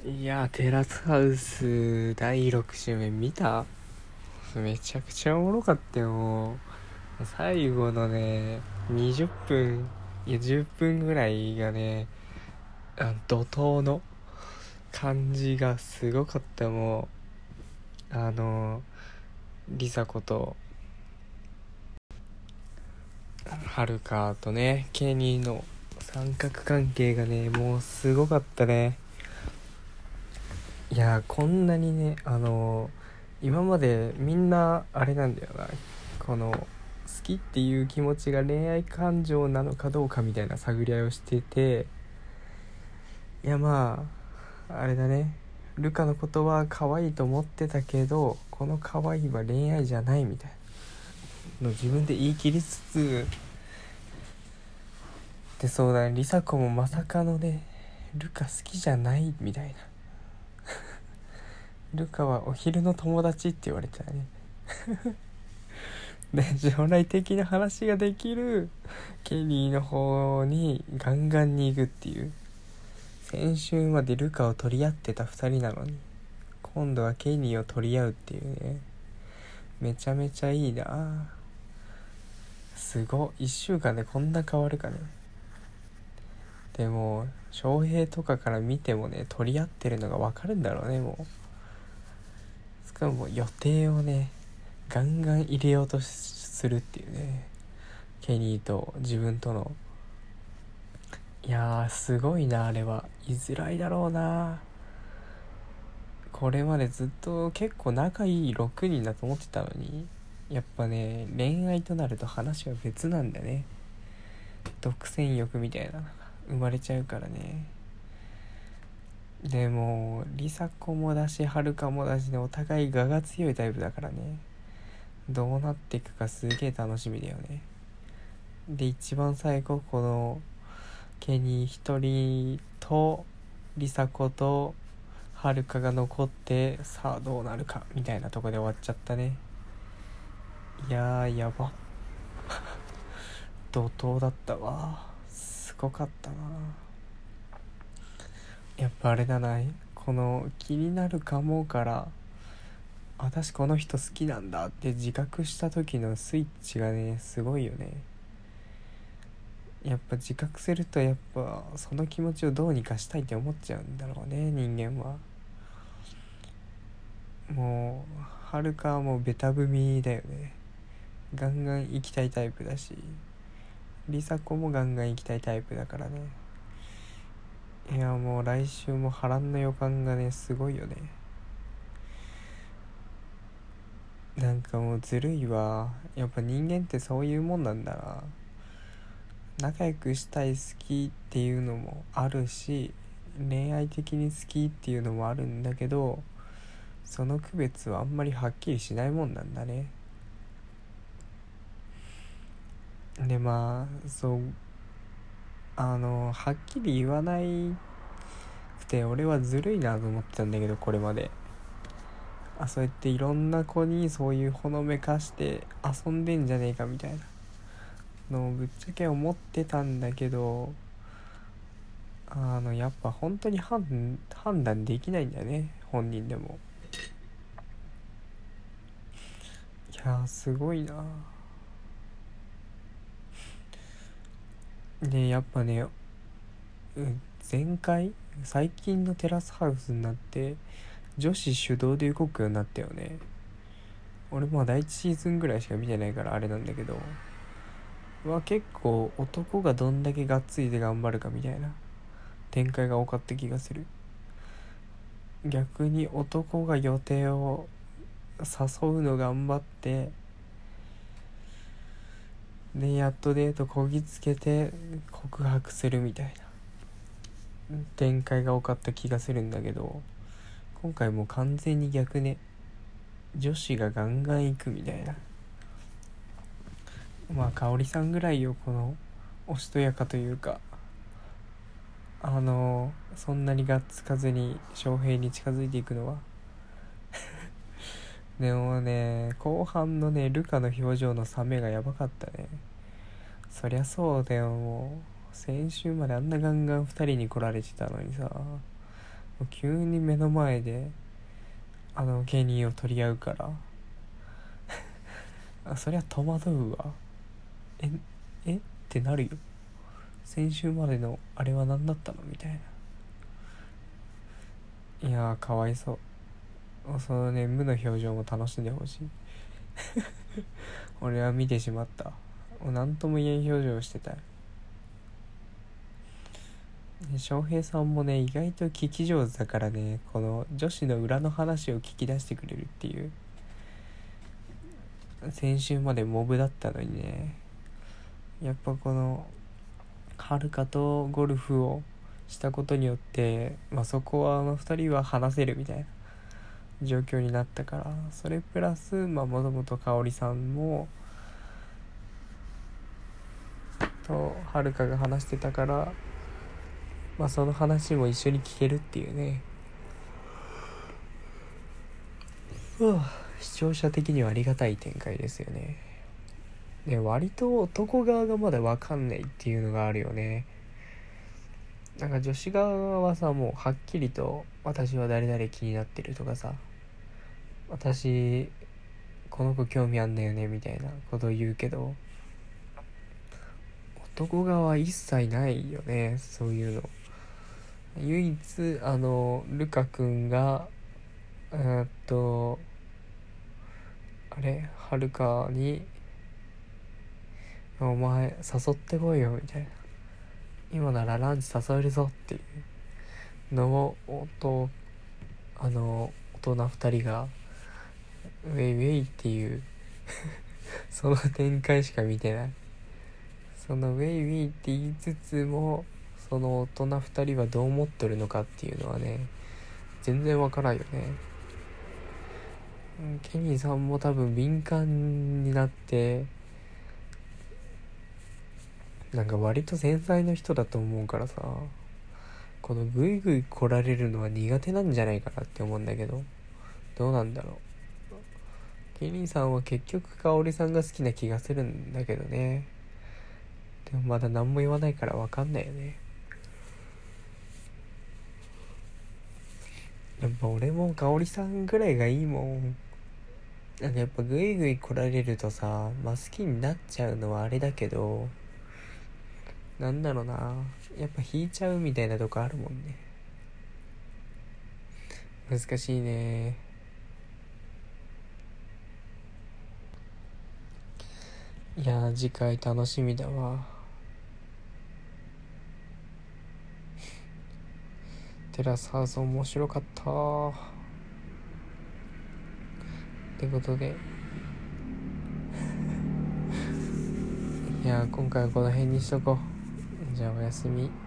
いやテラスハウス第6週目見た？めちゃくちゃおもろかったよ。もう最後のね20分いや10分ぐらいがね、怒涛の感じがすごかった。もう梨紗子とはるかとねケニーの三角関係がねもうすごかったね。いやこんなにね今までみんなあれなんだよな、この好きっていう気持ちが恋愛感情なのかどうかみたいな探り合いをしてて、いやまああれだね、ルカのことは可愛いと思ってたけどこの可愛いは恋愛じゃないみたいなの自分で言い切りつつで、そうだね、梨紗子もまさかのねルカ好きじゃないみたいな、ルカはお昼の友達って言われてたねで将来的な話ができるケニーの方にガンガンに行くっていう、先週までルカを取り合ってた2人なのに今度はケニーを取り合うっていうね、めちゃめちゃいいな。すごい、1週間でこんな変わるかね。でも翔平とかから見てもね取り合ってるのが分かるんだろうね。もうしかも予定をねガンガン入れようとするっていうね、ケニーと自分との。いやーすごいな、あれは居づらいだろうな。これまでずっと結構仲いい6人だと思ってたのに、やっぱね恋愛となると話は別なんだね。独占欲みたいなのが生まれちゃうからね。でも梨紗子もだしはるかもだしね、お互い我が強いタイプだからね、どうなっていくかすげえ楽しみだよね。で一番最後このケニー一人と梨紗子とはるかが残って、さあどうなるかみたいなとこで終わっちゃったね。いやーやば怒涛だったわ、すごかったな。やっぱあれだな、この気になるかもから私この人好きなんだって自覚した時のスイッチがねすごいよね。やっぱ自覚するとやっぱその気持ちをどうにかしたいって思っちゃうんだろうね、人間は。もうはるかはもうベタ踏みだよね。ガンガン行きたいタイプだし、梨紗子もガンガン行きたいタイプだからね。いやもう来週も波乱の予感がねすごいよね。なんかもうずるいわ、やっぱ人間ってそういうもんなんだな。仲良くしたい好きっていうのもあるし、恋愛的に好きっていうのもあるんだけど、その区別はあんまりはっきりしないもんなんだね。でまあそうはっきり言わないくて俺はずるいなと思ってたんだけど、これまでそうやっていろんな子にそういうほのめかして遊んでんじゃねえかみたいなのをぶっちゃけ思ってたんだけど、やっぱ本当に判断できないんだね、本人でも。いやーすごいな。でやっぱね、最近のテラスハウスになって女子主導で動くようになったよね。俺まあ第一シーズンぐらいしか見てないからあれなんだけど、結構男がどんだけがっついて頑張るかみたいな展開が多かった気がする。逆に男が予定を誘うの頑張って、でやっとデートこぎつけて告白するみたいな展開が多かった気がするんだけど、今回もう完全に逆ね、女子がガンガン行くみたいな。まあ香織さんぐらいよ、このおしとやかというか、そんなにがっつかずに翔平に近づいていくのはでもね後半のねルカの表情の冷めがやばかったね。そりゃそうだよ、もう先週まであんなガンガン2人に来られてたのにさ、 急に目の前でケニーを取り合うからそりゃ戸惑うわ。えってなるよ。先週までのあれは何だったのみたいな。いやーかわいそう。そのね無の表情も楽しんでほしい俺は見てしまった。何とも言えん表情をしてたよ。翔平さんもね意外と聞き上手だからね、この女子の裏の話を聞き出してくれるっていう。先週までモブだったのにね、やっぱこのはるかとゴルフをしたことによって、そこは2人は話せるみたいな状況になったから、それプラスもともと香織さんもとはるかが話してたから、その話も一緒に聞けるっていうね。視聴者的にはありがたい展開ですよね。で割と男側がまだ分かんないっていうのがあるよね。なんか女子側はさ、もうはっきりと私は誰々気になってるとかさ、私この子興味あんだよねみたいなことを言うけど、男側は一切ないよね、そういうの。唯一ルカ君があれはるかにお前誘ってこいよみたいな、今ならランチ誘えるぞっていうのを大人2人がウェイウェイっていうその展開しか見てない。そのウェイウェイって言いつつも、その大人2人はどう思ってるのかっていうのはね全然わからんよね。ケニーさんも多分敏感になって、なんか割と繊細な人だと思うからさ、このグイグイ来られるのは苦手なんじゃないかなって思うんだけど、どうなんだろう。ケニーさんは結局香織さんが好きな気がするんだけどね。でもまだ何も言わないから分かんないよね。やっぱ俺も香織さんぐらいがいいもん。なんかやっぱグイグイ来られるとさ、好きになっちゃうのはあれだけど、なんだろうな、やっぱ引いちゃうみたいなとこあるもんね。難しいね。いや次回楽しみだわ。テラスハウス面白かったってことで、いや今回はこの辺にしとこう。じゃあおやすみ。